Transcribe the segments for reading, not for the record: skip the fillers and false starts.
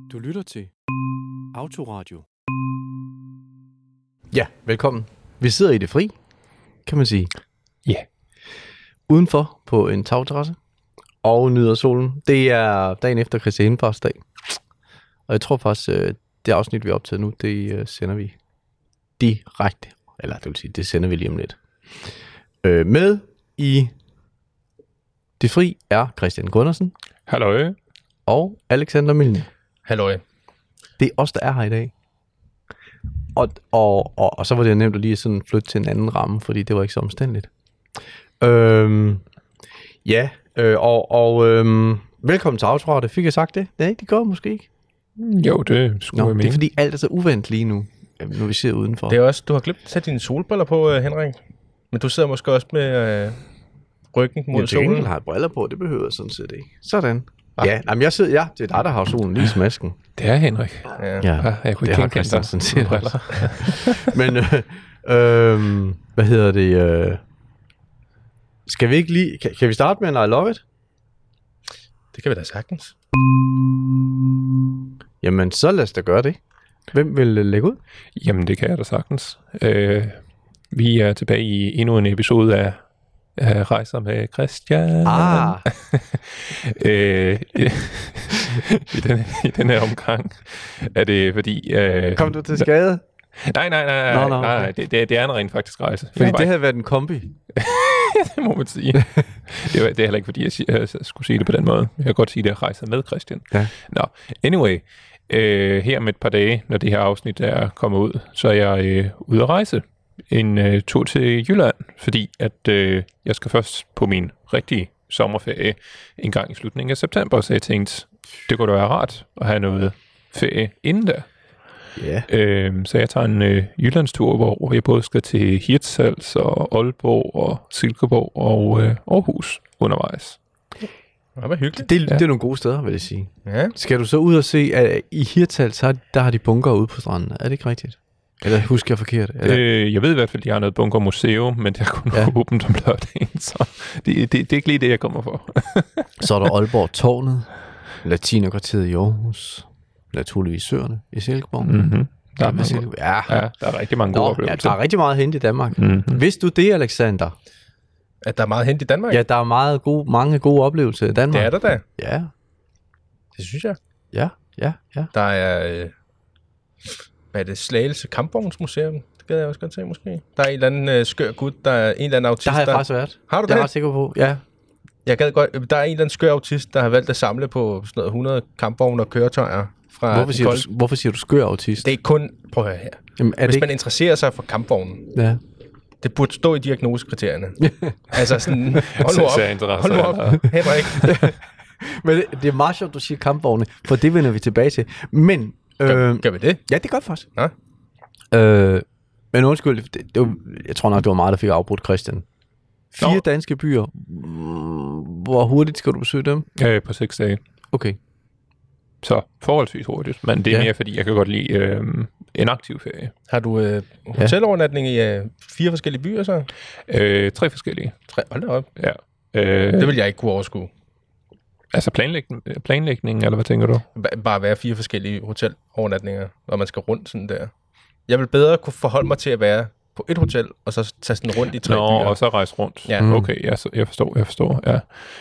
Du lytter til Autoradio. Ja, velkommen. Vi sidder i det fri, kan man sige. Ja. Yeah. Udenfor på en tagterrasse og nyder solen. Det er dagen efter Kristi Himmelfartsdag. Og jeg tror faktisk, det afsnit, vi er optaget nu, det sender vi direkte. Eller det vil sige, det sender vi lige om lidt. Med i det fri er Christian Gundersen. Halløj. Og Alexander Milne. Halløj. Det er os, der er her i dag. Og så var det nemt at lige sådan flytte til en anden ramme, fordi det var ikke så omstændigt. Velkommen til Autoradio. Det fik jeg sagt det. Nej, det går måske ikke. Jo, det skulle jeg mene. Det er fordi alt er så uventet lige nu, når vi ser udenfor. Det er også, du har glemt at tage dine solbriller på, Henrik. Men du sidder måske også med ryggen mod solen. Jeg har jeg briller på, det behøver jeg sådan set ikke. Sådan. Ja, jamen jeg sidder, det er dig, der har solen lige i smasken. Det er Henrik. Ja. Jeg kunne ikke kende dig sådan set. Men, hvad hedder det? Skal vi ikke lige, kan vi starte med en I Love It? Det kan vi da sagtens. Jamen, så lad os da gøre det. Hvem vil lægge ud? Jamen, det kan jeg da sagtens. Vi er tilbage i endnu en episode af Rejser med Christian. I den her omgang er det fordi... Kom du til skade? Nej. Okay. Det er en rent faktisk rejse. Fordi det havde været en kombi. Det må man sige. Det er heller ikke fordi, jeg skulle sige det på den måde. Jeg kan godt sige, at jeg rejser med Christian. Ja. Nå, anyway. Her om et par dage, når det her afsnit er kommet ud, så er jeg ude at rejse. En tur til Jylland, fordi at jeg skal først på min rigtige sommerferie en gang i slutningen af september, så jeg tænkte, det kunne da være rart at have noget ferie inden da. Yeah. Så jeg tager en Jyllandstur, hvor jeg både skal til Hirtshals og Aalborg og Silkeborg og Aarhus undervejs. Det var hyggeligt. Det er nogle gode steder, vil jeg sige. Ja. Skal du så ud og se, at i Hirtshals, der har de bunker ude på stranden. Er det ikke rigtigt? Eller husker jeg forkert? Jeg ved i hvert fald, at de har noget bunkermuseum, men det er kun åbent om lørdagen, så det er ikke lige det, jeg kommer for. Så er der Aalborg Tårnet, Latinerkvarteret i Aarhus, naturligvis Søerne i Silkeborg. Mm-hmm. Der er rigtig mange gode oplevelser. Ja, der er rigtig meget at hente i Danmark. Mm-hmm. Vidste du det, Alexander? At der er meget hent i Danmark? Ja, der er mange gode oplevelser i Danmark. Det er der da. Ja. Det synes jeg. Ja. Der er... hvad er det? Slagelse Kampvognsmuseum? Det gad jeg også godt se, måske. Der er en eller anden skør gut, der er en eller anden autist. Der har jeg faktisk været. Har du det? Jeg er ret sikker på, ja. Jeg gad godt... Der er en eller anden skør autist, der har valgt at samle på sådan noget 100 kampvogne og køretøjer fra... Hvorfor siger du skør autist? Det er kun... Prøv at høre her. Jamen, Hvis man interesserer sig for kampvognen, ja. det burde stå i diagnosekriterierne. Altså sådan... Hold nu op, Henrik. Men det er meget sjovt, du siger kampvogne, for det vender vi tilbage til. Men... Gør vi det? Ja, det gør faktisk. Ja. Men undskyld, jeg tror nok, det var meget, der fik afbrudt Christian. 4 danske byer. Hvor hurtigt skal du besøge dem? På 6 dage. Okay. Så forholdsvis hurtigt, men det er mere, fordi jeg kan godt lide en aktiv ferie. Har du hotelovernatning i 4 forskellige byer så? 3 forskellige. 3? Hold da op. Ja. Det vil jeg ikke kunne overskue. Altså planlægning, eller hvad tænker du? Bare være 4 forskellige hotelovernatninger, når man skal rundt sådan der. Jeg vil bedre kunne forholde mig til at være på et hotel, og så tage sådan rundt i 3 byer. Og så rejse rundt. Ja. Okay, jeg forstår. Ja.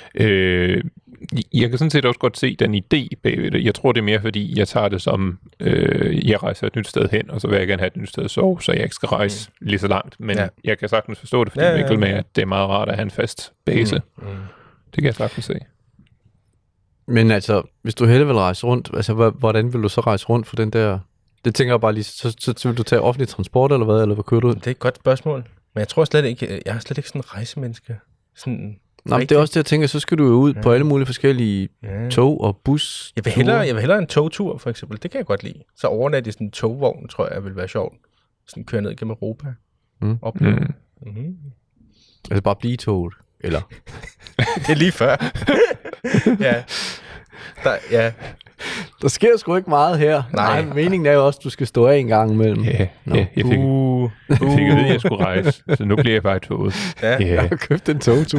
Jeg kan sådan set også godt se den idé bagved det. Jeg tror, det er mere, fordi jeg tager det som, jeg rejser et nyt sted hen, og så vil jeg gerne have et nyt sted at sove, så jeg ikke skal rejse lige så langt. Men jeg kan sagtens forstå det, fordi Mikkel med, at det er meget rart at have en fast base. Det kan jeg sagtens se. Men altså, hvis du hellere vil rejse rundt, altså, hvordan vil du så rejse rundt for den der... Det tænker jeg bare lige, så vil du tage offentlig transport, eller hvad? Eller hvad kører du ud? Det er et godt spørgsmål. Men jeg tror slet ikke, jeg er slet ikke sådan en rejsemenneske. Sådan nej, det er også det, jeg tænker, så skal du jo ud på alle mulige forskellige tog og bus. Jeg vil hellere en togtur, for eksempel. Det kan jeg godt lide. Så overnatte i sådan en togvogn, tror jeg, vil være sjovt. Sådan køre ned gennem Europa. Altså bare blive i toget, eller? Det er lige før. Ja. Der sker sgu ikke meget her. Nej, meningen er jo også, at du skal stå af en gang imellem. Ja, jeg fik at vide, at jeg skulle rejse, så nu bliver jeg bare i toget. Jeg har købt en togtur.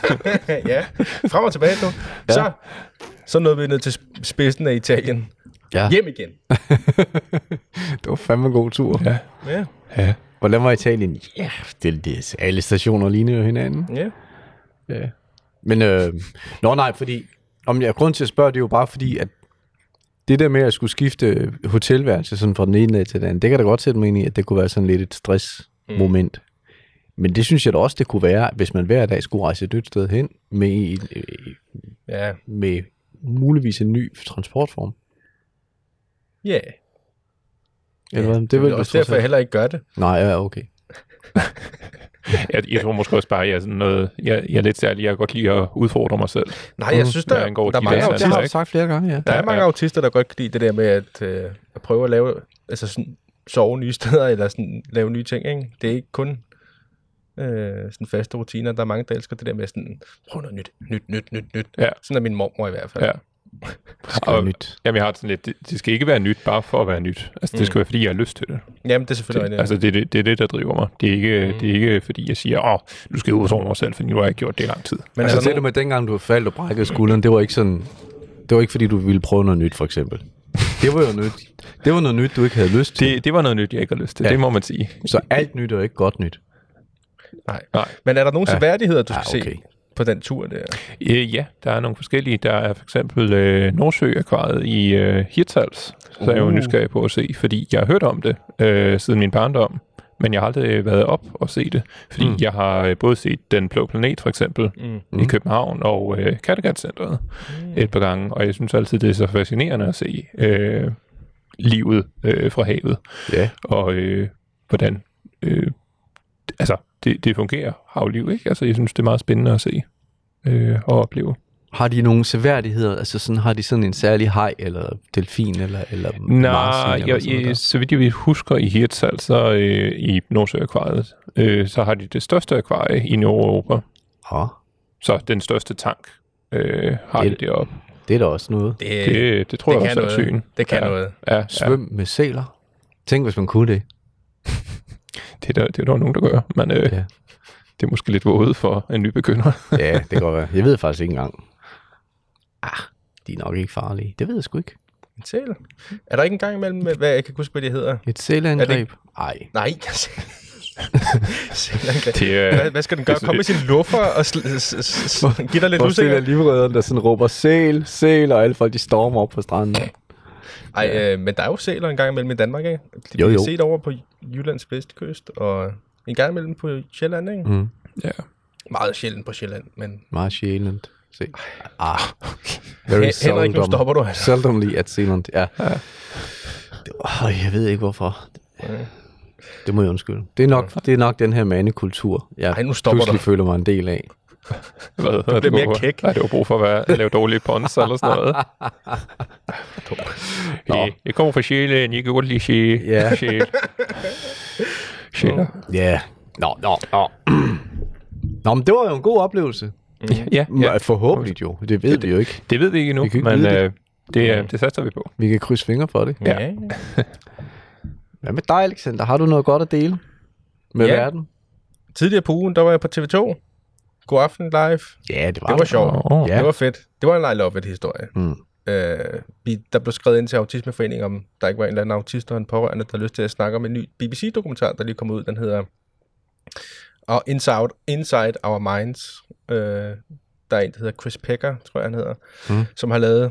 Ja, frem og tilbage nu. Ja. Så nåede vi ned til spidsen af Italien. Ja. Hjem igen. Det var fandme en god tur. Ja. Ja. Ja. Hvordan var Italien? Ja, det alle stationer ligner jo hinanden. Ja. Ja. Men, nej, fordi, grund til at spørge, det er jo bare fordi, at det der med at skulle skifte hotelværelse sådan fra den ene dag til den anden, det kan da godt sætte mig ind i, at det kunne være sådan lidt et stressmoment. Men det synes jeg da også, det kunne være, hvis man hver dag skulle rejse et nyt sted hen med muligvis en ny transportform. Ja. Eller hvad? Det er også derfor, jeg heller ikke gør det. Nej, ja, okay. Jeg tror måske også bare, at jeg er lidt særlig. Jeg kan godt lide at udfordre mig selv. Nej, jeg synes, der er mange det har du sagt flere gange, ja. Der er mange autister, der godt kan lide det der med at prøve at lave, altså sådan, sove nye steder, eller sådan, lave nye ting, ikke? Det er ikke kun sådan faste rutiner. Der er mange, der elsker det der med sådan, prøv noget nyt. Ja. Sådan er min mormor i hvert fald. Ja. Nyt. Jamen, jeg har sådan lidt, det skal ikke være nyt bare for at være nyt. Altså, det skal være, fordi jeg har lyst til det. Jamen, det er selvfølgelig Altså, det er det, der driver mig. Det er ikke fordi jeg siger, du skal ud over mig selv, fordi nu har jeg ikke gjort det i lang tid. Men altså, ser du med dengang, du faldt og brækkede skulderen, det var ikke sådan, det var ikke fordi, du ville prøve noget nyt, for eksempel. Det var jo det var noget nyt, du ikke havde lyst til. Det var noget nyt, jeg ikke har lyst til. Ja. Det må man sige. Så alt nyt er ikke godt nyt. Nej. Men er der nogle seværdigheder, du skal okay. se på den tur der? Ja, der er nogle forskellige. Der er for eksempel Nordsø-akvariet i Hirtshals, så er jeg jo nysgerrig på at se, fordi jeg har hørt om det siden min barndom, men jeg har aldrig været op og se det, fordi jeg har både set Den Blå Planet for eksempel i København og Kattegat-centret et par gange, og jeg synes altid, det er så fascinerende at se livet fra havet, og hvordan altså det fungerer, havliv, ikke? Altså jeg synes, det er meget spændende at se og opleve. Har de nogle seværdigheder? Altså sådan, har de sådan en særlig haj, eller delfin, eller nej, så vidt jeg husker i Hirtshals, så i Nordsø-akvariet, så har de det største akvarie i Nordeuropa. Ja. Så den største tank har de deroppe. Det er da også noget. Det tror jeg også er syn. Det kan noget. Ja, Svøm med sæler. Tænk, hvis man kunne det. Det er der nogen, der gør, men det er måske lidt våget for en nybegynder. Ja, det kan godt være. Jeg ved faktisk ikke engang. De er nok ikke farlige. Det ved jeg sgu ikke. En sæl? Er der ikke en gang imellem, hvad jeg kan huske, hvad det hedder? Et sælangreb? Nej. Hvad skal den gøre? Komme med sin luffer og give dig lidt usikker? Livredderen, der sådan råber sæl, og alle folk, de stormer op på stranden. Men der er jo sæler en gang imellem i Danmark, ikke? Jo. Vi har set over på Jyllands vestkyst, og en gang imellem på Sjælland, ikke? Mm. Ja. Meget sjældent på Sjælland, men... Meget sjældent. Se. Henrik, nu stopper du altså. Seldomly at Zealand, ja. Jeg ved ikke hvorfor. Det må jeg undskylde. Det er nok den her mandekultur, jeg pludselig føler mig en del af. Hvad? Det er mere kæk. Nej, det var brug for at lave dårlige pons eller sådan noget. Jeg kommer fra Sjælen, jeg kan godt lide Sjæl. Ja. Nå. Nå, men det var jo en god oplevelse. Ja. Forhåbentlig jo. Det ved vi jo ikke. Det ved vi ikke endnu, men det satser vi på. Vi kan krydse fingre for det. Ja. Hvad med dig, Alexander? Har du noget godt at dele med verden? Tidligere på ugen, der var jeg på TV2. God aften live. Ja, det var sjovt. Det var fedt. Det var en I Love It-historie. Der blev skrevet ind til Autismeforeningen, om der ikke var en eller anden autist og en pårørende, der har lyst til at snakke om en ny BBC-dokumentar, der lige kom ud. Den hedder Inside Our Minds. Der er en, der hedder Chris Pecker, tror jeg han hedder, som har lavet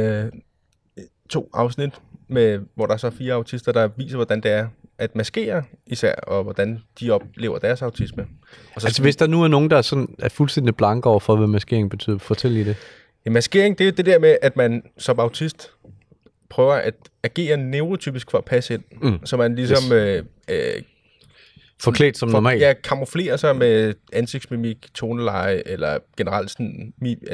2 afsnit, hvor der er så 4 autister, der viser, hvordan det er at maskere især, og hvordan de oplever deres autisme. Og så altså hvis der nu er nogen, der er fuldstændig blanke over for, hvad maskering betyder, fortæl lige det. Ja, maskering, det er jo det der med, at man som autist prøver at agere neurotypisk for at passe ind. Så man ligesom... Forklædt som normalt. Ja, kamuflerer sig med ansigtsmimik, toneleje, eller generelt sådan,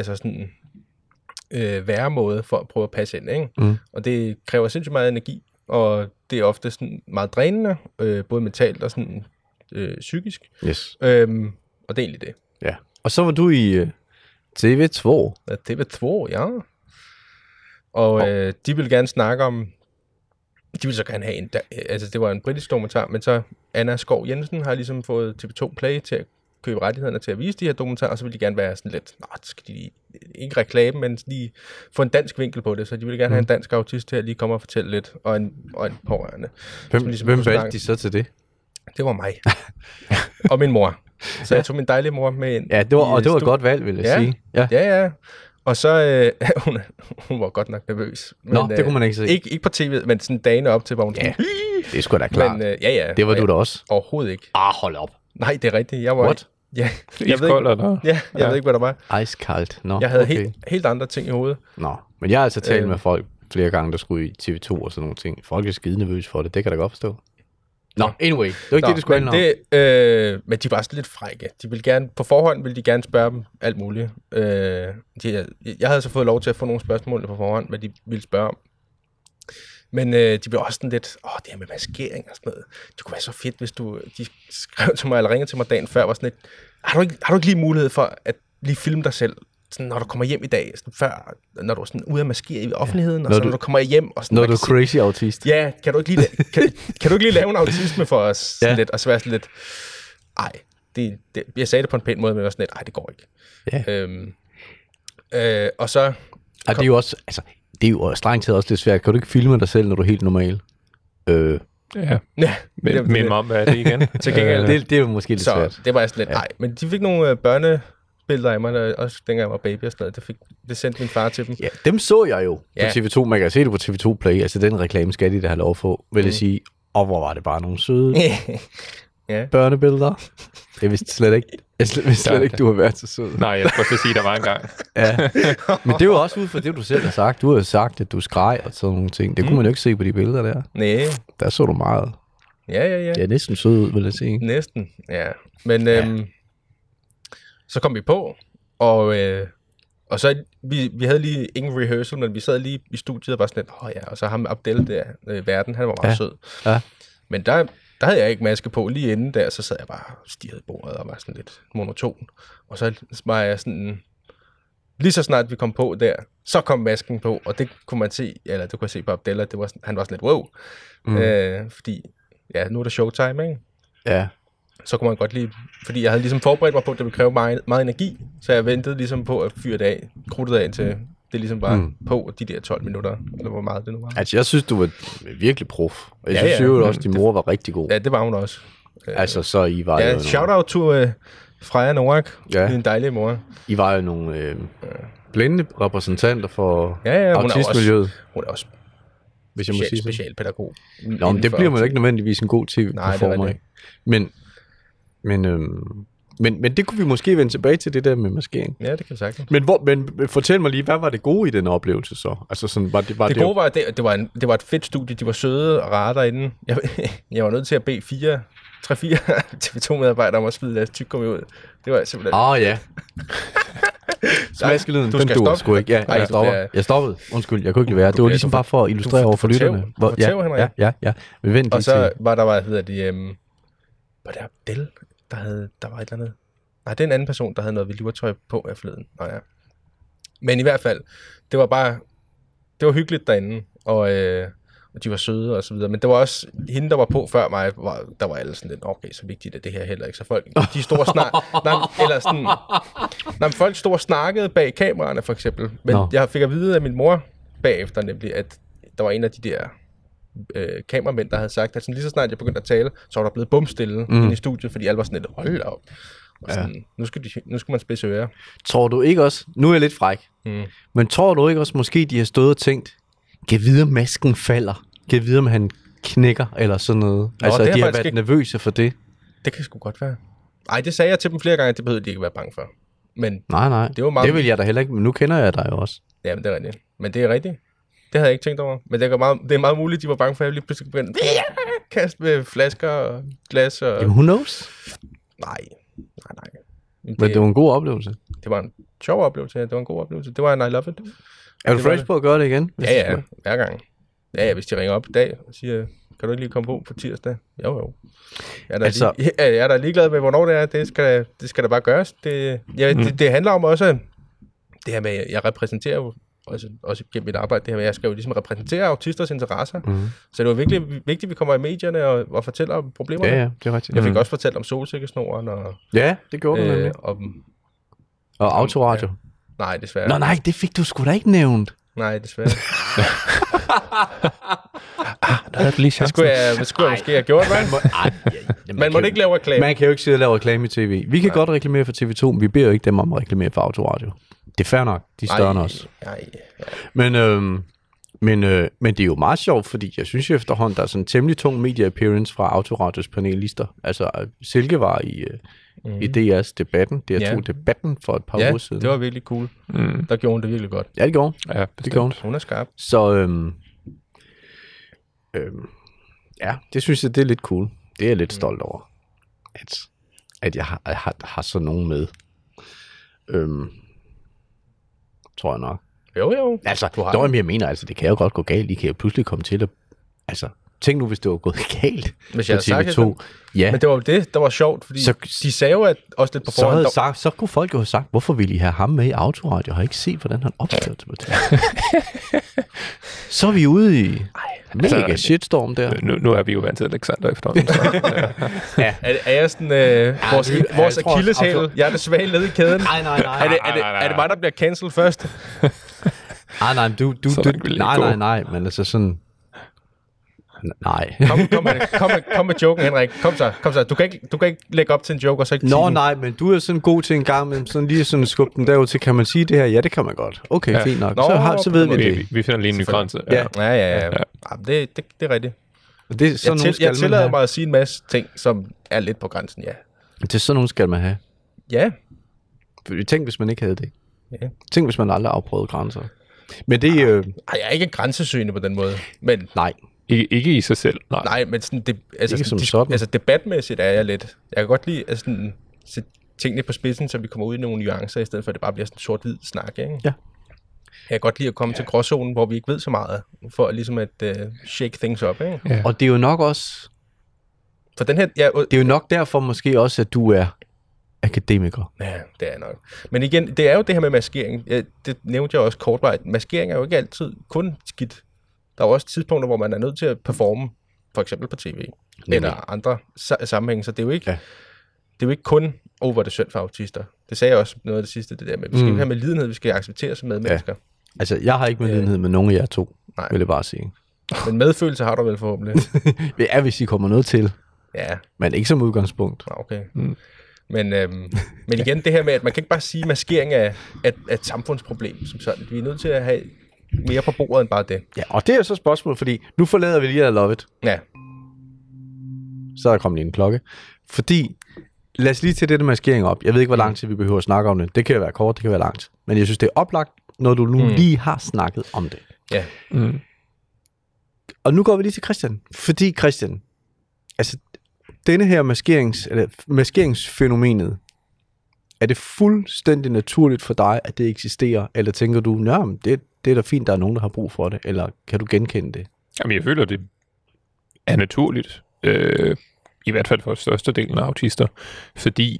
væremåde for at prøve at passe ind, ikke? Og det kræver sindssygt meget energi, og det er ofte sådan meget drænende, både mentalt og sådan psykisk. Yes. Og det er egentlig det. Ja. Og så var du i TV2. Ja, TV2, ja. Og de ville gerne snakke om... De ville så gerne have det var en britisk dokumentar, men så Anna Skov Jensen har ligesom fået TV2 Play til at købe rettighederne til at vise de her dokumentarer, og så vil de gerne være sådan lidt, skal de ikke reklame, men lige få en dansk vinkel på det, så de vil gerne have en dansk autist til at lige komme og fortælle lidt, og en pårørende. Hvem valgte de så til det? Det var mig. Og min mor. Så jeg tog min dejlige mor med ind. Ja, det var et godt valg, vil jeg sige. Ja. Og så, hun var godt nok nervøs. Men, det kunne man ikke se. Ikke på tv'et, men sådan dagene op til, hvor hun det er sgu da klart. Men, det var du da også. Overhovedet ikke. Hold op. Nej, det er rigtigt. Jeg var What? Ja, jeg ved ikke, jeg ved ikke, hvad der var. Icekoldt. Jeg havde helt andre ting i hovedet. Men jeg har altså talt med folk flere gange, der skulle i TV2 og sådan nogle ting. Folk er skide nervøse for det. Det kan jeg da godt forstå. Anyway. Det var ikke det skulle handle om. Men de var også lidt frække. De ville gerne, på forhånd ville de gerne spørge dem alt muligt. Jeg havde så fået lov til at få nogle spørgsmål på forhånd, hvad de ville spørge om. Men de blev også sådan lidt, det her med maskering og sådan noget. Det kunne være så fedt, hvis de skrev til mig, eller ringede til mig dagen før, var sådan lidt, har du ikke lige mulighed for at lige filme dig selv, sådan, når du kommer hjem i dag, sådan før, når du er sådan ude at maskere i offentligheden, og så når du kommer hjem. Og sådan, når du er crazy autist. Ja, kan du ikke lige lave en autisme for os? Sådan lidt, og så være sådan lidt, jeg sagde det på en pæn måde, men også sådan lidt, det går ikke. Ja. Og så... det er jo også, altså, det er jo strengt taget også lidt svært. Kan du ikke filme dig selv, når du er helt normal? Ja. Men om, hvad er det igen? Det er jo måske lidt svært. Så det var sådan lidt, men de fik nogle børnebilleder af mig, også dengang jeg var baby og sådan noget. Det sendte min far til dem. Ja, dem så jeg jo på TV2. Man kan se det på TV2 Play. Altså, den reklame skal de da have lov at få, vil jeg sige. Og hvor var det bare nogle søde børnebilleder. Jeg vidste slet ikke, du har været så sød. Nej, jeg skulle sige, der var en gang. Ja. Men det er jo også ud fra det, du selv har sagt. Du har jo sagt, at du skreg og sådan nogle ting. Det kunne man jo ikke se på de billeder der. Nej. Der så du meget. Ja. Ja, næsten sød ud, vil jeg sige. Næsten, ja. Men så kom vi på, og så vi havde lige ingen rehearsal, men vi sad lige i studiet og var sådan lidt, og så ham Abdel der, Verden, han var meget sød. Ja. Men der havde jeg ikke maske på. Lige inden der, så sad jeg bare og stirrede i bordet og var sådan lidt monoton. Og så var jeg sådan... Lige så snart vi kom på der, så kom masken på, og det kunne man se, eller det kunne jeg se på Abdel, at han var sådan lidt wow. Fordi, nu er det showtime, ikke? Ja. Så kunne man godt lige... Fordi jeg havde ligesom forberedt mig på, at det ville kræve meget energi, så jeg ventede ligesom på at fyre det af, krudtet af til... Det ligesom bare på de der 12 minutter, eller hvor meget det nu var. Altså, jeg synes, du var virkelig prof. Og jeg synes jo også, at din mor var rigtig god. Ja, det var hun også. Altså, så I var jo... shout-out til Freja Norak, din dejlige mor. I var jo nogle blinde repræsentanter for autismiljøet. Hun er også hvis jeg må sige specialpædagog. Nå, men det bliver man jo ikke nødvendigvis en god tv-performer af. Men det kunne vi måske vende tilbage til, det der med maskering. Ja, det kan vi sagtens. Men fortæl mig lige, hvad var det gode i den oplevelse så? Altså sådan, det gode var, det var et fedt studie. De var søde og rare derinde. Jeg var nødt til at bede 3-4 TV2-medarbejdere om at smide deres tyggegummi ud. Det var simpelthen... ja. Smaskelyden, den duer sgu ikke. Ja, jeg stoppede. Undskyld, jeg kunne ikke lide være. Det var ligesom bare for at illustrere over for lytterne. Ja. Men vent og så var der, var det Abdel? Der var et eller andet... Nej, det er en anden person, der havde noget velurtøj på af forleden. Men i hvert fald, det var hyggeligt derinde, og de var søde og så videre. Men det var også hende, der var på før mig, der var alle sådan lidt, okay, så vigtigt er det her heller ikke. Så folk, de stod og folk stod og snakkede bag kameraerne, for eksempel. Men jeg fik at vide af min mor bagefter, nemlig, at der var en af de der kameramænd, der havde sagt, at sådan, lige så snart jeg begyndte at tale, så var der blevet bumstille inde i studiet, fordi alle var sådan lidt, hold op. Sådan, nu skal man spidse ører. Tror du ikke også, nu er jeg lidt fræk, men tror du ikke også, måske de har stået og tænkt, kan vide, om masken falder? Kan vide, om han knækker, eller sådan noget? Altså, de har været nervøse for det. Det kan sgu godt være. Ej, det sagde jeg til dem flere gange, det behøvede de ikke være bange for. Men nej, det vil jeg da heller ikke, men nu kender jeg dig jo også. Jamen, det er rigtigt. Men det er rigtigt. Det havde jeg ikke tænkt over. Men det er meget muligt, de var bange for, at jeg lige pludselig begyndte at kaste med flasker og glas. Og... Jamen, who knows? Nej. Men det var en god oplevelse. Det var en sjov oplevelse, det var en god oplevelse. Det var en I love it. Er du frisk på at gøre det igen? Ja, hver gang. Ja, hvis de ringer op i dag og siger, kan du ikke lige komme på tirsdag? Jo. Jeg er da ligeglad med, hvornår det er. Det skal da bare gøres. Det handler om også det her med, jeg repræsenterer jo også gennem mit arbejde, det her med, jeg skal jo ligesom repræsentere autisters interesser. Så det var virkelig vigtigt, at vi kommer i medierne og fortæller om problemerne. Ja, det er rigtigt. Jeg fik også fortalt om solsikkesnoren og... Ja, det gjorde du nemlig. Og autoradio. Ja. Nej, desværre. Nej, det fik du sgu da ikke nævnt. Nej, desværre. Der havde du lige chancen. Det skulle jeg måske have gjort, man må ikke lave reklame. Man kan jo ikke sidde og lave reklame i tv. Vi kan godt reklamere for TV2, men vi beder jo ikke dem om at reklamere for autoradio. Det er fair nok. De er større end os. Men det er jo meget sjovt, fordi jeg synes jo efterhånden, der er sådan en temmelig tung media appearance fra autoradios panelister. Altså, Silke var i DR's debatten, DR2-debatten for et par uger siden. Det var virkelig cool. Der gjorde hun det virkelig godt. Ja, det gjorde Ja, det gjorde hun. Hun er skarp. Så, ja, det synes jeg, det er lidt cool. Det er jeg lidt stolt over, at jeg har sådan nogen med. Tror jeg nok. Jo. Altså, jeg mener, altså, det kan jo godt gå galt. I kan jo pludselig komme til at... Altså, tænk nu, hvis det var gået galt hvis jeg på TV2. Ja. Men det var jo det, der var sjovt, fordi de sagde jo at også lidt på forhånd... Så kunne folk jo have sagt, hvorfor ville I have ham med i autoradio? Jeg har ikke set, hvordan han opførte sig på det. Så er vi ude i mega shitstorm der. Nu er vi jo vant til Alexander efterhånden. Ja. Er jeg sådan vores akilleshæl? Jeg er det svage led i kæden. Nej. Er det mig, der bliver cancelled først? Nej, men altså sådan... Nej. Kom med joken, Henrik. Kom så. Du kan ikke lægge op til en joke og så ikke sige nej, men du er sådan god til en gang, men sådan lige sådan skubbe den derud til, kan man sige det her? Ja, det kan man godt. Okay, fint nok. Så ved vi det. Vi finder lige en ny grænse. Ja. Det er rigtigt. Jeg tillader mig at sige en masse ting, som er lidt på grænsen, ja. Det er sådan nogle skal man have. Ja. Tænk, hvis man ikke havde det. Ja. Tænk, hvis man aldrig afprøvede grænser. Men det... Jeg er ikke grænsesøgende på den måde, men... Nej. Ikke i sig selv, nej. Nej, men sådan, sådan. Debatmæssigt er jeg lidt. Jeg kan godt lide at sådan, sætte tingene på spidsen, så vi kommer ud i nogle nuancer, i stedet for at det bare bliver sådan sort-hvid snak, ikke? Ja. Jeg kan godt lide at komme til gråzonen, hvor vi ikke ved så meget, for ligesom at shake things up, ikke? Ja. Og det er jo nok også... For den her... det er jo nok derfor måske også, at du er akademiker. Ja, det er nok. Men igen, det er jo det her med maskering. Det nævnte jeg også kortvarigt. Maskering er jo ikke altid kun skidt. Der er jo også tidspunkter, hvor man er nødt til at performe, for eksempel på tv, eller andre sammenhænge. Så det er jo ikke, det er jo ikke kun, hvor det er synd for autister. Det sagde jeg også noget af det sidste, det der med. Vi skal have med lidenhed, vi skal acceptere som medmennesker. Ja. Altså, jeg har ikke med lidenhed med nogen af jer to, vil jeg bare sige. Men medfølelse har du vel forhåbentlig. Ja, hvis I kommer noget til. Ja. Men ikke som udgangspunkt. Okay. Men igen, det her med, at man kan ikke bare sige, at maskering er et samfundsproblem som sådan. Vi er nødt til at have mere på bordet end bare det. Ja, og det er jo så spørgsmålet, fordi nu forlader vi lige at Love It. Ja. Så er der kommet lige en klokke. Fordi, lad os lige tage det der maskering op. Jeg ved ikke, hvor lang tid vi behøver at snakke om det. Det kan være kort, det kan være langt. Men jeg synes, det er oplagt, når du nu lige har snakket om det. Ja. Og nu går vi lige til Christian. Fordi Christian, altså denne her maskeringsfænomenet, er det fuldstændig naturligt for dig, at det eksisterer? Eller tænker du, det er da fint, der er nogen, der har brug for det? Eller kan du genkende det? Jamen, jeg føler, det er naturligt. I hvert fald for størstedelen af autister. Fordi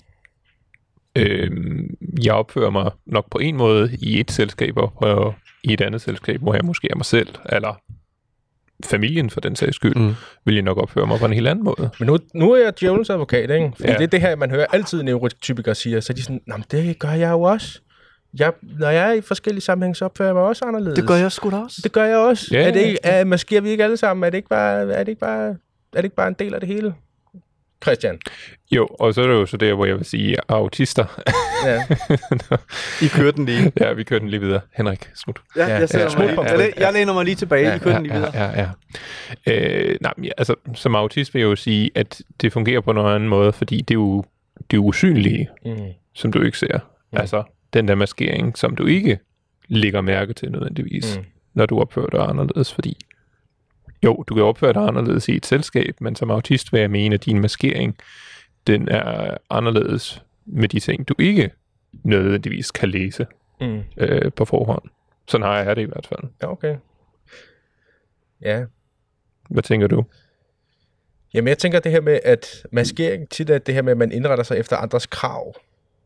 jeg opfører mig nok på en måde i et selskab, og i et andet selskab, hvor jeg måske er mig selv, eller familien for den sags skyld, vil jeg nok opføre mig på en helt anden måde. Men nu er jeg djævelens advokat, ikke? Fordi det er det her, man hører altid neurotypikere siger, så de er sådan, det gør jeg jo også. Når jeg er i forskellige sammenhænge, så opfører jeg mig også anderledes. Det gør jeg sgu da også. Det gør jeg også. Ja. Maskerer vi ikke alle sammen? Er det ikke bare en del af det hele? Christian? Jo, og så er det jo så der, hvor jeg vil sige, autister. Ja. I kører den lige. Ja, vi kører den lige videre. Henrik, smut. Jeg læner mig lige tilbage. I kører den lige videre. Altså, som autist vil jeg jo sige, at det fungerer på en anden måde, fordi det er jo usynlige, som du ikke ser. Altså, den der maskering, som du ikke lægger mærke til nødvendigvis, når du opfører dig anderledes, fordi jo, du kan opføre dig anderledes i et selskab, men som autist vil jeg mene, at din maskering, den er anderledes med de ting, du ikke nødvendigvis kan læse på forhånd. Sådan har jeg det i hvert fald. Ja, okay. Ja. Hvad tænker du? Jamen, jeg tænker det her med, at maskering tit er det her med, at man indretter sig efter andres krav.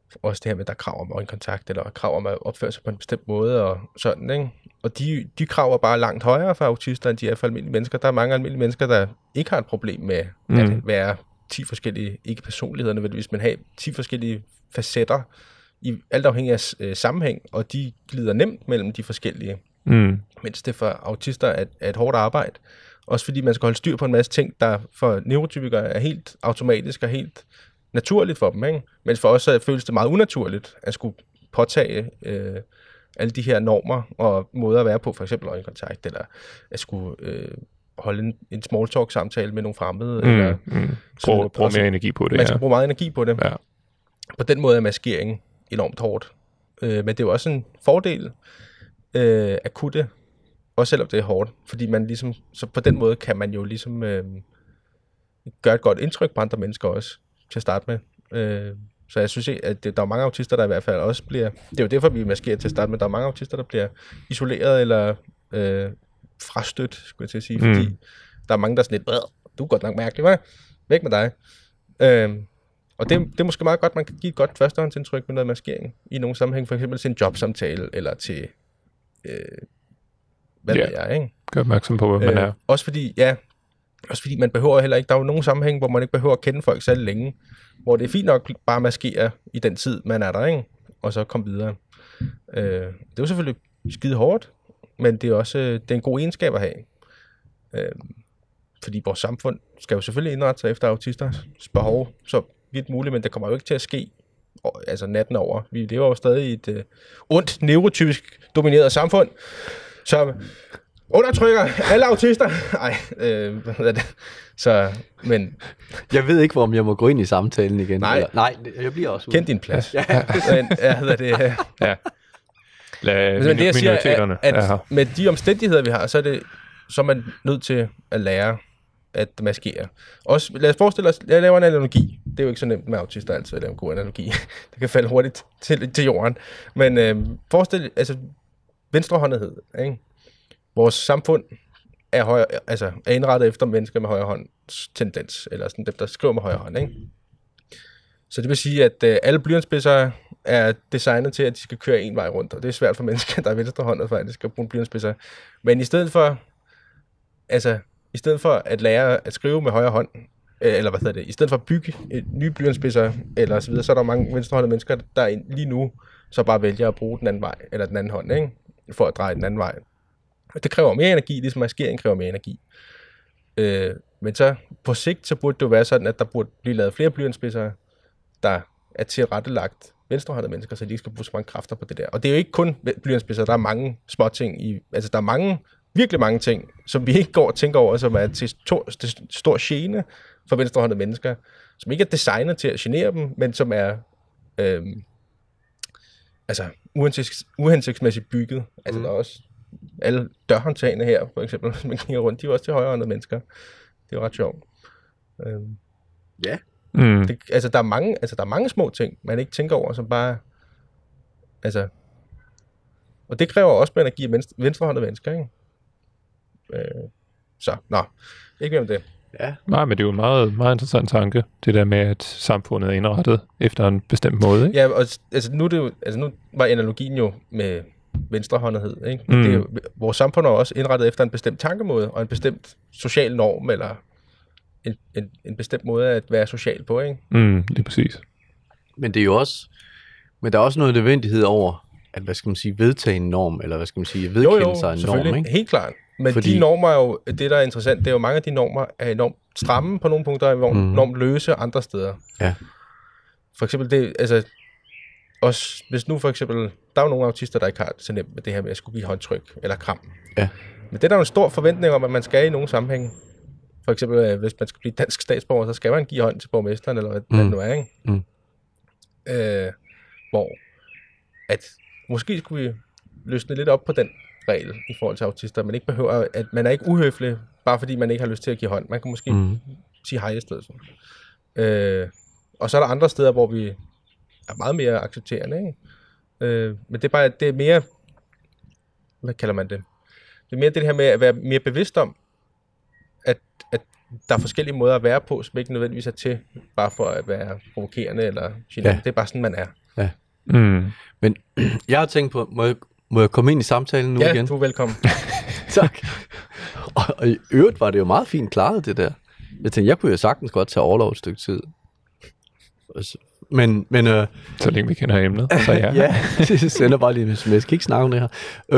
også det her med, at der er krav om øjenkontakt, eller krav om at opføre sig på en bestemt måde, og sådan, ikke? Og de krav er bare langt højere for autister, end de er for almindelige mennesker. Der er mange almindelige mennesker, der ikke har et problem med at være 10 forskellige, ikke personligheder nødvendigvis, men have 10 forskellige facetter, i alt afhængig af sammenhæng, og de glider nemt mellem de forskellige. Mens det for autister er et hårdt arbejde. Også fordi man skal holde styr på en masse ting, der for neurotypikere er helt automatisk og helt naturligt for dem, ikke? Men for os så føles det meget unaturligt at skulle påtage alle de her normer og måder at være på, for eksempel øjenkontakt, eller at skulle holde en small talk samtale med nogle fremmede. Eller bruge mere energi på det. Man skal bruge meget energi på det. Ja. På den måde er maskering enormt hårdt. Men det er jo også en fordel at kunne det, også selvom det er hårdt, fordi man ligesom, så på den måde kan man jo ligesom gøre et godt indtryk på andre mennesker også, til at starte med. Så jeg synes ikke, at der er mange autister, der i hvert fald også bliver, det er jo derfor, vi maskerer til at starte med, der er mange autister, der bliver isoleret eller frastødt, skulle jeg til at sige, fordi der er mange, der er sådan lidt, du er godt nok mærkelig, hva'? Væk med dig. Og det er måske meget godt, man kan give et godt førstehåndsindtryk med noget maskering i nogle sammenhæng, for eksempel til en jobsamtale, eller til hvad ved jeg, ikke? Gør opmærksom på, hvad man er. Også fordi man behøver heller ikke, der er jo nogle sammenhæng, hvor man ikke behøver at kende folk særlig længe, hvor det er fint nok bare at maskere i den tid, man er der, ikke? Og så komme videre. Det er jo selvfølgelig skide hårdt, men det er også det er en god egenskab at have. Fordi vores samfund skal jo selvfølgelig indrette sig efter autisters behov, så vidt muligt, men det kommer jo ikke til at ske altså natten over. Vi lever jo stadig i et ondt, neurotypisk domineret samfund, som undertrykker alle autister. Nej, hvad er det? Så, men... Jeg ved ikke, om jeg må gå ind i samtalen igen. Nej. Eller, nej, jeg bliver også ude. Kend din plads. Ja. Men, Ja. men det jeg siger, at med de omstændigheder, vi har, så er man nødt til at lære at maskere. Også, lad os forestille os, jeg laver en analogi. Det er jo ikke så nemt med autister altid at lave en god analogi. Det kan falde hurtigt til jorden. Men forestil, altså venstrehåndethed, ikke? Vores samfund er indrettet efter mennesker med højre hånds tendens, eller sådan dem, der skriver med højre hånd, ikke? Så det vil sige, at alle blyantspidser er designet til, at de skal køre en vej rundt, og det er svært for mennesker, der er venstrehåndet faktisk, at bruge blyantspidser. Men i stedet for at lære at skrive med højre hånd, i stedet for at bygge nye blyantspidser, eller så videre, så er der mange venstrehåndede mennesker, der lige nu så bare vælger at bruge den anden vej, eller den anden hånd, ikke? For at dreje den anden vej. Det kræver mere energi, ligesom maskering kræver mere energi. Men så på sigt, så burde det jo være sådan, at der burde blive lavet flere blyantspidser, der er tilrettelagt venstrehåndede mennesker, så de ikke skal bruge så mange kræfter på det der. Og det er jo ikke kun blyantspidser, der er mange små ting der er virkelig mange ting, som vi ikke går og tænker over, som er til stor gene for venstrehåndede mennesker, som ikke er designet til at genere dem, men som er uhensigtsmæssigt bygget. Altså der er også alle dørhåndtagene her, for eksempel, hvis man kigger rundt, de er også til højrehåndede mennesker. Det er jo ret sjovt. Ja. Der er mange små ting, man ikke tænker over, som bare... Og det kræver også energi af venstrehåndede mennesker, ikke? Ikke mere om det. Ja. Nej, men det er jo en meget, meget interessant tanke, det der med, at samfundet er indrettet efter en bestemt måde, ikke? Ja, og nu var analogien jo med venstrehåndethed, ikke? Det er jo, vores samfund er også indrettet efter en bestemt tankemåde, og en bestemt social norm, eller en bestemt måde at være social på, ikke? Lige præcis. Men det er jo også, men der er også noget nødvendighed over, at, hvad skal man sige, vedtage en norm, eller hvad skal man sige, vedkende sig en norm, ikke? Helt klart. Men de normer er jo, det der er interessant, det er jo mange af de normer er enormt stramme på nogle punkter, og enormt løse andre steder. Ja. For eksempel også, hvis nu for eksempel, der er jo nogle autister, der ikke har så nemt med det her med at skulle give håndtryk eller kram. Ja. Men det er der jo en stor forventning om, at man skal i nogle sammenhæng. For eksempel, hvis man skal blive dansk statsborger, så skal man give hånd til borgmesteren, eller hvad det nu er, ikke? Hvor at måske skulle vi løsne lidt op på den regel i forhold til autister. Man ikke behøver, at man er ikke uhøflig, bare fordi man ikke har lyst til at give hånd. Man kan måske sige hej i stedet. Og så er der andre steder, hvor vi er meget mere accepterende, ikke? Men det er mere, hvad kalder man det? Det er mere det her med at være mere bevidst om, at der er forskellige måder at være på, som ikke nødvendigvis er til, bare for at være provokerende eller generende. Ja. Det er bare sådan, man er. Ja. Men jeg har tænkt på, må jeg komme ind i samtalen nu igen? Ja, du er velkommen. Tak. Og i øvrigt var det jo meget fint klaret, det der. Jeg tænkte, jeg kunne jo sagtens godt tage overlov et stykke tid. Men så længe vi kender emnet, så ja. ja, det sender bare lige en sms. Jeg kan ikke snakke om det her.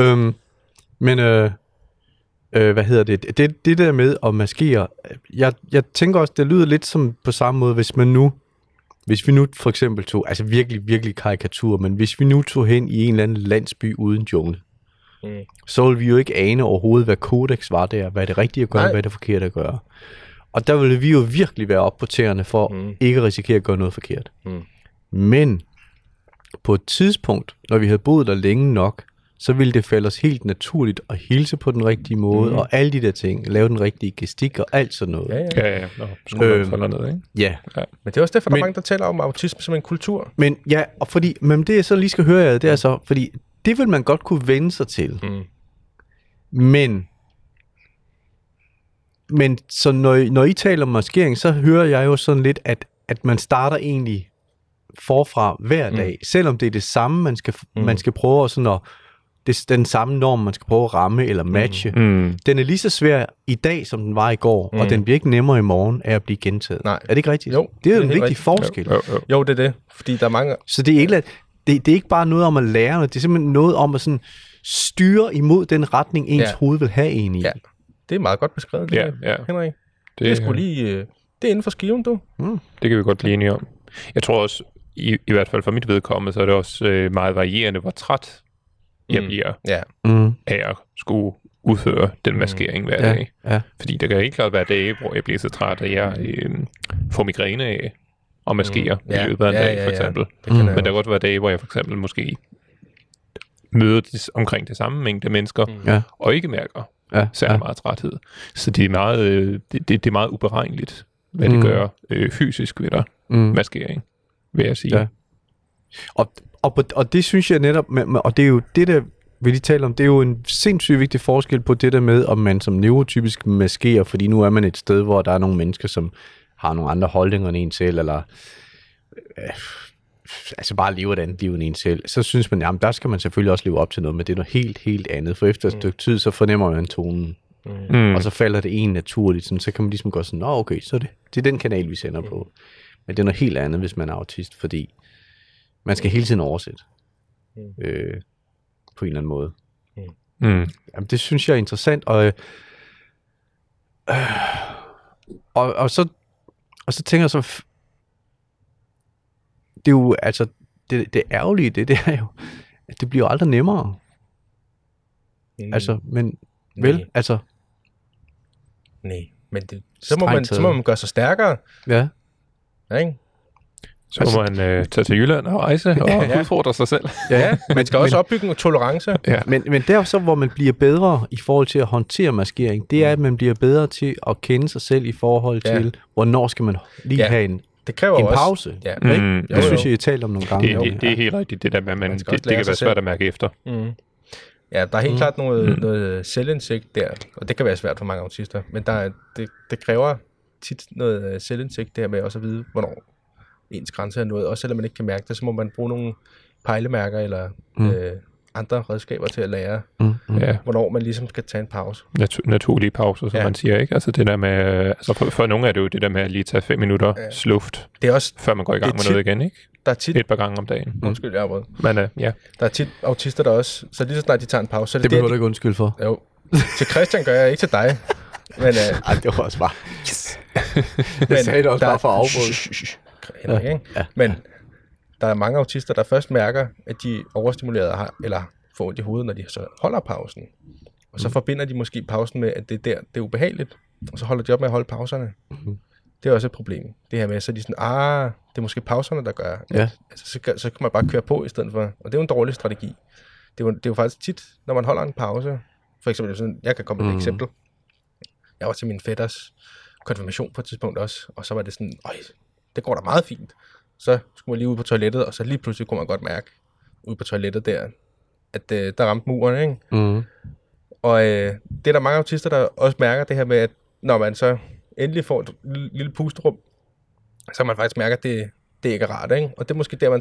Hvad hedder det? Det der med at maskere, jeg tænker også, det lyder lidt som på samme måde, hvis vi nu for eksempel tog, altså virkelig, virkelig karikatur, men hvis vi nu tog hen i en eller anden landsby uden jungle, så ville vi jo ikke ane overhovedet, hvad kodex var der, hvad det rigtige at gøre, hvad det forkerte at gøre. Og der ville vi jo virkelig være oppe på tæerne for ikke at risikere at gøre noget forkert. Men på et tidspunkt, når vi havde boet der længe nok, så ville det falde os helt naturligt at hilse på den rigtige måde, og alle de der ting, lave den rigtige gestik og alt sådan noget. Ja. Skulle falde ned, ikke? Ja. Men det er også derfor, der er mange, der taler om autisme som en kultur. Men ja, og men det jeg så lige skal høre jer, det er så, fordi det vil man godt kunne vende sig til. Men så når I taler om maskering, så hører jeg jo sådan lidt, at man starter egentlig forfra hver dag, selvom det er det samme, man skal prøve sådan at, det er den samme norm, man skal prøve at ramme eller matche. Den er lige så svær i dag, som den var i går, og den bliver ikke nemmere i morgen af at blive gentaget. Nej. Er det ikke rigtigt? Jo. Det er jo en vigtig forskel. Jo, det er det. Fordi der er mange... Så det er ikke, det er ikke bare noget om at lære noget, det er simpelthen noget om at sådan styre imod den retning, ens hoved vil have en i. Ja. Det er meget godt beskrevet, det Henrik. Det er sgu lige... det er inden for skiven, du. Det kan vi godt blive enige om. Jeg tror også, i hvert fald for mit vedkommende, så er det også meget varierende, hvor træt jeg bliver af at skulle udføre den maskering hver dag. Ja. Fordi der kan helt klart være dage, hvor jeg bliver så træt, at jeg får migræne af at maskere i løbet af en dag, for eksempel. Men der kan godt være dage, hvor jeg for eksempel måske møder omkring det samme mængde mennesker, og ikke mærker særlig meget træthed. Så det er meget, det er meget uberegneligt, hvad det gør fysisk ved dig, maskering, vil jeg sige. Ja. Og det synes jeg netop, og det er jo det der, vi lige taler om, det er jo en sindssygt vigtig forskel på det der med, om man som neurotypisk maskerer, fordi nu er man et sted, hvor der er nogle mennesker, som har nogle andre holdninger end en selv, eller altså bare lever et andet liv end en selv, så synes man, jamen der skal man selvfølgelig også leve op til noget, men det er noget helt, helt andet, for efter et stykke tid, så fornemmer man tonen, og så falder det en naturligt, sådan, så kan man ligesom gå sådan, okay, så det er den kanal, vi sender på. Men det er noget helt andet, hvis man er autist, fordi man skal hele tiden oversætte på en eller anden måde. Jamen, det synes jeg er interessant, og så tænker jeg så, det er jo, altså, det ærgerlige, det er jo, at det bliver aldrig nemmere. Altså, men vel, altså. Nej, men så må man gøre sig stærkere. Ja. Ikke? Så må man tage til Jylland og rejse og udfordre sig selv. Ja, man skal også opbygge en tolerance. Ja. Men der så, hvor man bliver bedre i forhold til at håndtere maskering, det er, at man bliver bedre til at kende sig selv i forhold til, hvornår skal man lige have en pause. Ja. Det synes jeg talt om nogle gange. Det er helt rigtigt, det der med, det kan være svært at mærke efter. Ja, der er helt klart noget selvindsigt der, og det kan være svært for mange autister, men det kræver tit noget selvindsigt der med også at vide, hvornår ens grænse er nået. Også selvom man ikke kan mærke det, så må man bruge nogle pejlemærker eller andre redskaber til at lære, hvornår man ligesom skal tage en pause. Naturlige pauser, som man siger, ikke? Altså det der med, altså for nogle er det jo det der med at lige tage 5 minutter sluft, det er også, før man går i gang med noget igen, ikke? Der er tit, et par gange om dagen. Undskyld, jeg afbrød. Men der er tit autister, der også, så lige så snart de tager en pause, så det behøver du ikke undskyld for. Jo. Til Christian gør jeg, ikke til dig. Men, det var også bare, yes. Jeg sagde det også bare for at afbryde. Men der er mange autister, der først mærker, at de er overstimuleret eller får ondt i hovedet, når de så holder pausen. Og så forbinder de måske pausen med, at det er ubehageligt, og så holder de op med at holde pauserne. Det er også et problem. Det her med, så er de sådan, det er måske pauserne, der gør, at så kan man bare køre på i stedet for. Og det er jo en dårlig strategi. Det er jo faktisk tit, når man holder en pause, for eksempel sådan, jeg kan komme med et eksempel. Jeg var til min fætters konfirmation på et tidspunkt også, og så var det sådan, det går da meget fint. Så skulle man lige ud på toilettet, og så lige pludselig kunne man godt mærke, ude på toilettet der, at der ramte muren, ikke? Og det er der mange autister, der også mærker det her med, at når man så endelig får et lille pusterum, så kan man faktisk mærke, at det ikke er rart, ikke? Og det er måske der, man skal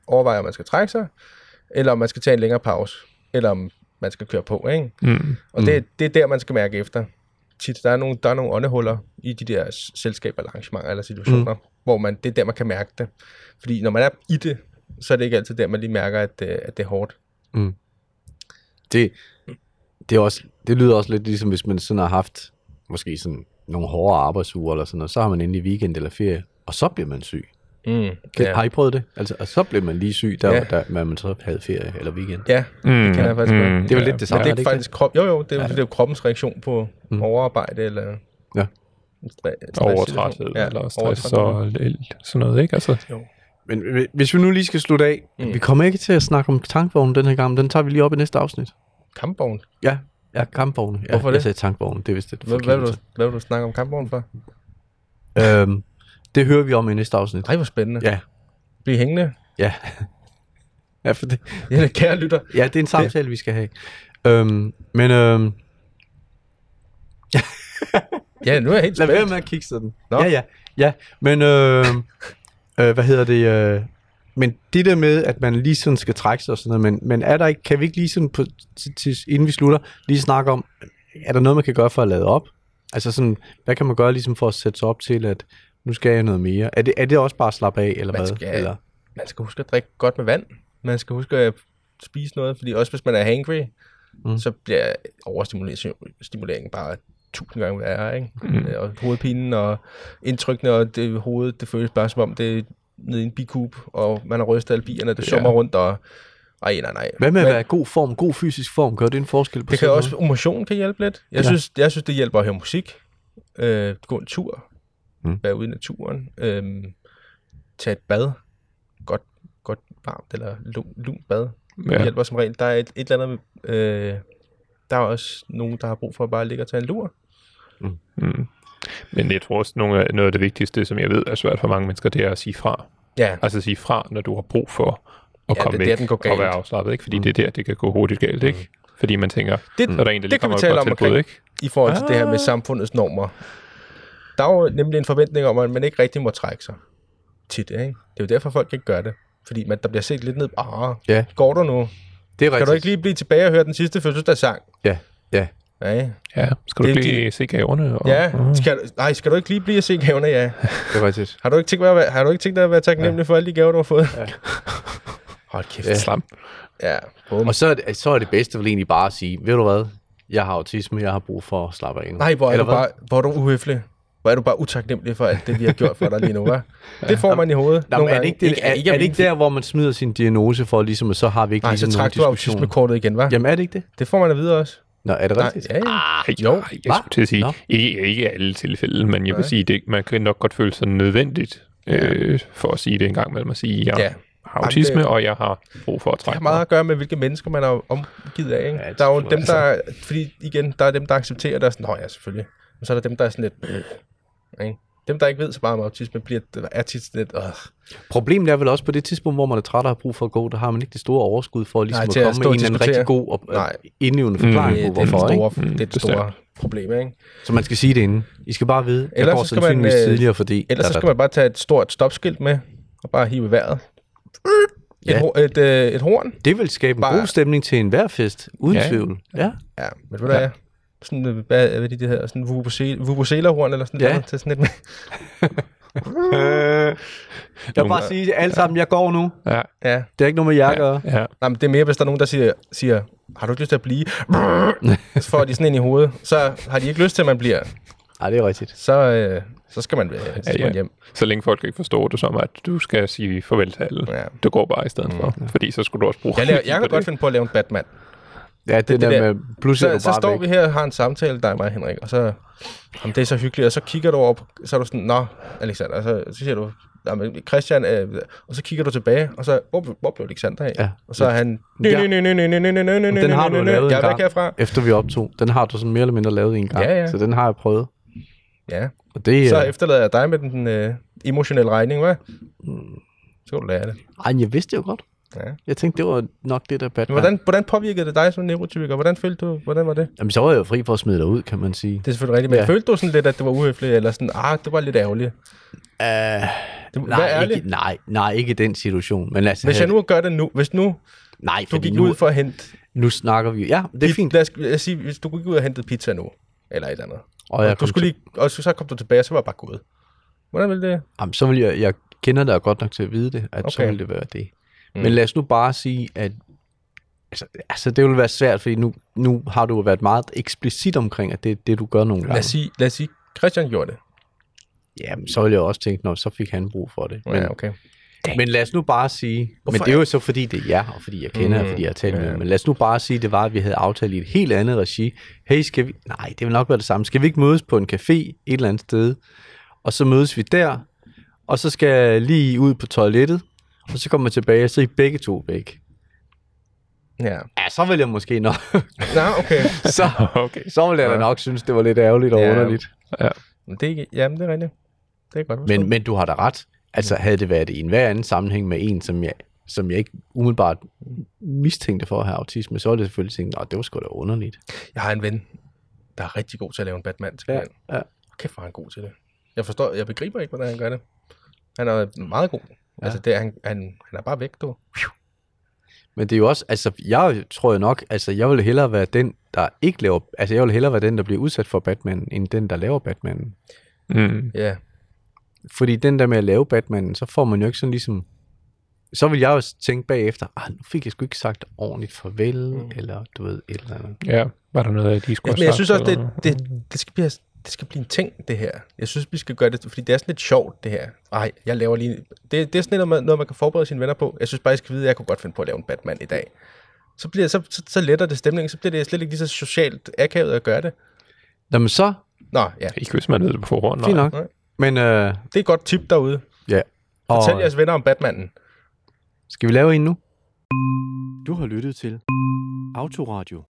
overvejer, om man skal trække sig, eller om man skal tage en længere pause, eller om man skal køre på, ikke? Og det er der, man skal mærke efter. Tit, der er nogle åndehuller i de der selskaber, eller arrangementer eller situationer, hvor det er der, man kan mærke det. Fordi når man er i det, så er det ikke altid der, man lige mærker, at det er hårdt. Det lyder også lidt ligesom, hvis man sådan har haft måske sådan nogle hårde arbejdsuger eller sådan noget, så har man endelig weekend eller ferie, og så bliver man syg. Har I prøvet det? Altså, og så blev man lige syg, da man så havde ferie eller weekend. Ja, det kan jeg faktisk godt. Det er jo lidt det samme, det er faktisk det er jo kroppens reaktion på overarbejde eller overtræthed eller stress og sådan noget, ikke? Altså. Jo. Men hvis vi nu lige skal slutte af, vi kommer ikke til at snakke om tankvognen den her gang, den tager vi lige op i næste afsnit. Kampvogn? Ja, kampvognen. Ja, hvorfor det? Jeg sagde tankvognen, det er vist det. Hvad vil du snakke om kampvognen for? Det hører vi om i næste afsnit. Ej, hvor spændende. Ja. Bliv hængende. Ja. Ja, for det. Ja, kære lytter. Ja, det er en samtale, vi skal have. Ja, nu er jeg helt spændt. Lad være med at kigge sådan. Nå. Ja. Men, hvad hedder det? Men det der med, at man lige sådan skal trække sig og sådan noget, men er der ikke, kan vi ikke lige sådan, inden vi slutter, lige snakke om, er der noget, man kan gøre for at lade op? Altså sådan, hvad kan man gøre ligesom for at sætte sig op til, at nu skal jeg noget mere? Er det også bare at slappe af, eller hvad? Man skal huske at drikke godt med vand. Man skal huske at spise noget, fordi også hvis man er hangry, så bliver overstimuleringen bare 1000 gange værre, ikke? Og hovedpinen og indtrykkene og det hovedet, det føles bare som om det er nede i en bikube, og man har rystet alle bierne, det summer rundt, og nej. Hvad med at være i god form, god fysisk form? Gør det en forskel på det kan også, motion kan hjælpe lidt. Jeg synes, det hjælper at høre musik, gå en tur, være ude i naturen, tage et bad, godt varmt eller lunt bad. Det hjælper som regel. Der er et eller andet, der er også nogen, der har brug for at bare ligge og tage en lur. Men jeg tror også, noget af det vigtigste, som jeg ved er svært for mange mennesker, det er at sige fra. Ja. Altså sige fra, når du har brug for at komme væk og være afslappet, ikke? Fordi det er der, det kan gå hurtigt galt, ikke? Fordi man tænker, så er der en, der lige kommer et godt tilbud, ikke? I forhold til det her med samfundets normer. Der er jo nemlig en forventning om, at man ikke rigtig må trække sig tit, ikke? Det er jo derfor, folk ikke gør det. Fordi der bliver set lidt ned, går du nu? Det er rigtigt. Kan du ikke lige blive tilbage og høre den sidste fødselsdagssang? Ja. Ja, skal du lige se gaverne? Skal du ikke lige blive at se gaverne, ja. Det er rigtigt. Har du ikke tænkt dig at være taknemmelig for alle de gaver, du har fået? Ja. Hold kæft. Slam. Ja. Og så er det bedste vel egentlig bare at sige, ved du hvad, jeg har autisme, jeg har brug for at slappe af. Nej, hvor er du uhøflig. Hvor er du bare utaknemmelig for alt det, vi har gjort for dig lige nu, hva'? Det får man i hovedet. Nå, er det ikke der, hvor man smider sin diagnose for, ligesom, så har vi ikke ligesom nogen diskussion? Nej, så trak du autismekortet igen, hva'? Jamen, er det ikke det? Det får man at vide også. Nå, er det rigtigt? Ja. Jo. Jeg skulle til at sige, ikke alle tilfælde, men jeg vil sige, man kan nok godt føle sig nødvendigt for at sige det en gang mellem at sige, jeg har autisme, og jeg har brug for at trække. Det har meget at gøre med, hvilke mennesker man er omgivet af, ikke? Der er jo dem, der... Fordi igen, der er dem, der accepterer det, og sådan, ja, selvfølgelig. Og så er der dem, der er sådan lidt... Ikke? Dem, der ikke ved så meget om autisme, er tit lidt... Problemet er vel også på det tidspunkt, hvor man er træt og har brug for at gå, der har man ikke det store overskud for ligesom at komme med en rigtig god og indlevende forklaring på, hvorfor. Det er det store problem, ikke? Så man skal sige det inden. I skal bare vide, jeg går sandsynligvis tidligere, fordi... Ellers så skal man bare tage et stort stopskilt med, og bare hive vejret. Et horn. Det vil skabe en god stemning til en vejrfest, uden tvivl. Ja, men hvad er sådan, hvad er det her? Sådan vuvuzela-horn eller sådan noget til sådan et... Jeg vil bare sige alle sammen, jeg går nu. Ja. Det er ikke noget med jer at gøre. Nej, men det er mere, hvis der er nogen, der siger har du ikke lyst til at blive? Så får de sådan ind i hovedet. Så har de ikke lyst til, at man bliver. Nej, det er rigtigt. Så skal man hjem. Så længe folk ikke forstår det som, at du skal sige farvel til alle. Ja. Du går bare i stedet for. Fordi så skulle du også bruge... Jeg kan godt finde på at lave en Batman. Ja, det der med pludselig så står vi her og har en samtale, dig og mig, Henrik, og så, det er så hyggeligt, og så kigger du over på, så er du sådan, nå, Alexander, og så siger du, Christian, og så kigger du tilbage, og så, hvor blev Alexander af? Ja. Og så er han, den har du lavet en gang, herfra. Efter vi optog. Den har du sådan mere eller mindre lavet en gang, så den har jeg prøvet. Ja, og det, så efterlader jeg dig med den emotionelle regning, hva'? Så kan du lære det. Ej, jeg vidste det jo godt. Ja. Jeg tænkte, det var nok det, der Batman. Hvordan påvirkede det dig som neurotypiker? Hvordan følte du, hvordan var det? Jamen, så var jeg jo fri for at smide dig ud, kan man sige. Det er selvfølgelig rigtigt, men Ja. følte du sådan lidt, at det var uhøfligt, eller sådan, det var lidt ærgerligt? Nej, ikke i den situation. Men altså, Hvis jeg nu gør det nu, hvis nu nej, du fordi gik nu, ud for at hente... nu snakker vi. Ja, det er fint. Lad os sige, hvis du gik ud og hentede pizza nu, eller et eller andet, Og så kom du tilbage, og så var jeg bare gået. Hvordan ville det? Jamen, så vil jeg kender dig godt nok til at vide det, at så Okay. vil det være det. Men lad os nu bare sige, at altså det vil være svært, fordi nu har du været meget eksplicit omkring, at det er det, du gør nogle gange. Lad os sige, Christian gjorde det. Jamen, så vil jeg også tænke, så fik han brug for det. Men, Ja, okay. men lad os nu bare sige, Hvorfor men det er jo så fordi det er jer, og fordi jeg kender jer, fordi jeg har talt med jer, men lad os nu bare sige, det var, at vi havde aftalt i et helt andet regi. Hey, skal vi... Nej, det vil nok være det samme. Skal vi ikke mødes på en café et eller andet sted? Og så mødes vi der, og så skal jeg lige ud på toilettet, og så kommer jeg tilbage, og så er I begge to væk. Ja. Ja, så vil jeg måske nok... Nå, okay. så vil jeg da nok synes, det var lidt ærgerligt og underligt. Ja. Men det er, jamen, det er rigtigt. Det er godt. Men du har da ret. Altså, havde det været i en hver anden sammenhæng med en, som jeg ikke umiddelbart mistænkte for at have autisme, så var det selvfølgelig tænkt, det var sgu da underligt. Jeg har en ven, der er rigtig god til at lave en Batman. Ja. Kæft, hvor er han god til det. Jeg begriber ikke, hvordan han gør det. Han er meget god. Ja. Altså, han er bare væk, du. Men det er jo også, altså, jeg tror jo nok, altså, jeg vil hellere være den, der ikke laver, altså, jeg vil hellere være den, der bliver udsat for Batman, end den, der laver Batman. Mm. Ja. Fordi den der med at lave Batman, så får man jo ikke sådan ligesom, så vil jeg jo tænke bagefter, nu fik jeg sgu ikke sagt ordentligt farvel, eller du ved, et eller andet. Ja, var der noget af de skulle Men jeg synes også, eller? det skal blive en ting, det her. Jeg synes, vi skal gøre det, fordi det er sådan lidt sjovt, det her. Jeg laver lige... Det er sådan noget, man kan forberede sine venner på. Jeg synes bare, I skal vide, at jeg kunne godt finde på at lave en Batman i dag. Så letter det stemningen, så bliver det slet ikke lige så socialt akavet at gøre det. Jamen så, Nå, ja. Ikke hvis man ved det på forhånd. fint nok. Nej. Men, Det er et godt tip derude. ja. Fortæl jeres venner om Batmanen. Skal vi lave en nu? Du har lyttet til Autoradio.